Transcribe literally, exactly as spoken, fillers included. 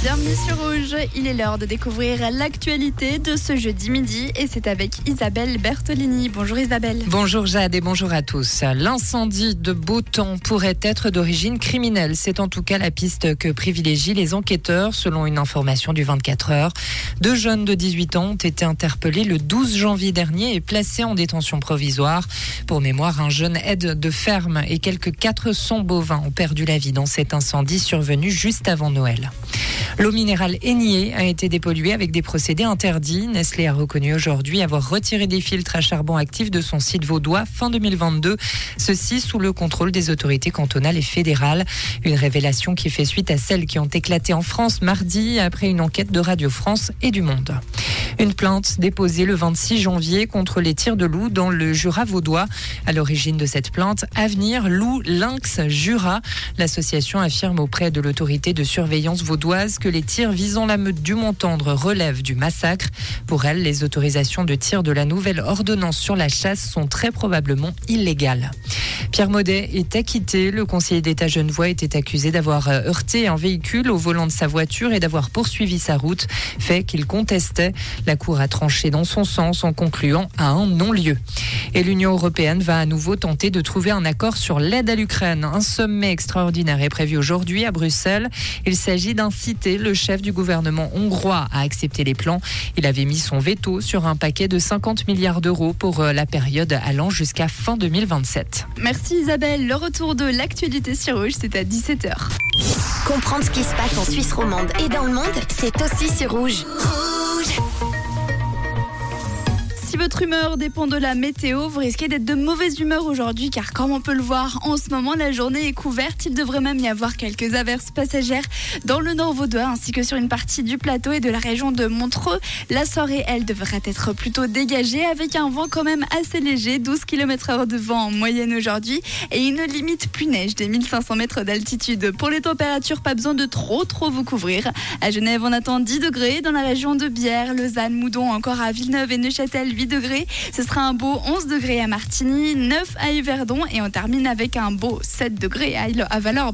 Bienvenue sur Rouge, il est l'heure de découvrir l'actualité de ce jeudi midi et c'est avec Isabelle Bertolini. Bonjour Isabelle. Bonjour Jade et bonjour à tous. L'incendie de Beautemps pourrait être d'origine criminelle. C'est en tout cas la piste que privilégient les enquêteurs selon une information du vingt-quatre heures. Deux jeunes de dix-huit ans ont été interpellés le douze janvier dernier et placés en détention provisoire. Pour mémoire, un jeune aide de ferme et quelques quatre cents bovins ont perdu la vie dans cet incendie survenu juste avant Noël. L'eau minérale Aigné a été dépolluée avec des procédés interdits. Nestlé a reconnu aujourd'hui avoir retiré des filtres à charbon actif de son site vaudois fin deux mille vingt-deux. Ceci sous le contrôle des autorités cantonales et fédérales. Une révélation qui fait suite à celles qui ont éclaté en France mardi après une enquête de Radio France et du Monde. Une plainte déposée le vingt-six janvier contre les tirs de loups dans le Jura vaudois. À l'origine de cette plainte, Avenir Loup Lynx Jura. L'association affirme auprès de l'autorité de surveillance vaudoise que les tirs visant la meute du Montendre relèvent du massacre. Pour elle, les autorisations de tir de la nouvelle ordonnance sur la chasse sont très probablement illégales. Pierre Maudet est acquitté. Le conseiller d'État genevois était accusé d'avoir heurté un véhicule au volant de sa voiture et d'avoir poursuivi sa route, fait qu'il contestait. La Cour a tranché dans son sens en concluant à un non-lieu. Et l'Union européenne va à nouveau tenter de trouver un accord sur l'aide à l'Ukraine. Un sommet extraordinaire est prévu aujourd'hui à Bruxelles. Il s'agit d'inciter le chef du gouvernement hongrois à accepter les plans. Il avait mis son veto sur un paquet de cinquante milliards d'euros pour la période allant jusqu'à fin deux mille vingt-sept. Merci Isabelle. Le retour de l'actualité sur Rouge, c'est à dix-sept heures. Comprendre ce qui se passe en Suisse romande et dans le monde, c'est aussi sur Rouge. Rouge. Si votre humeur dépend de la météo, vous risquez d'être de mauvaise humeur aujourd'hui car comme on peut le voir en ce moment, la journée est couverte. Il devrait même y avoir quelques averses passagères dans le nord vaudois ainsi que sur une partie du plateau et de la région de Montreux. La soirée, elle, devrait être plutôt dégagée avec un vent quand même assez léger, douze kilomètres heure de vent en moyenne aujourd'hui et une limite pluie neige des mille cinq cents mètres d'altitude. Pour les températures, pas besoin de trop trop vous couvrir. À Genève, on attend dix degrés, dans la région de Bière, Lausanne, Moudon, encore à Villeneuve et Neuchâtel, huit degrés. Ce sera un beau onze degrés à Martigny, neuf à Yverdon et on termine avec un beau sept degrés à Valorbe.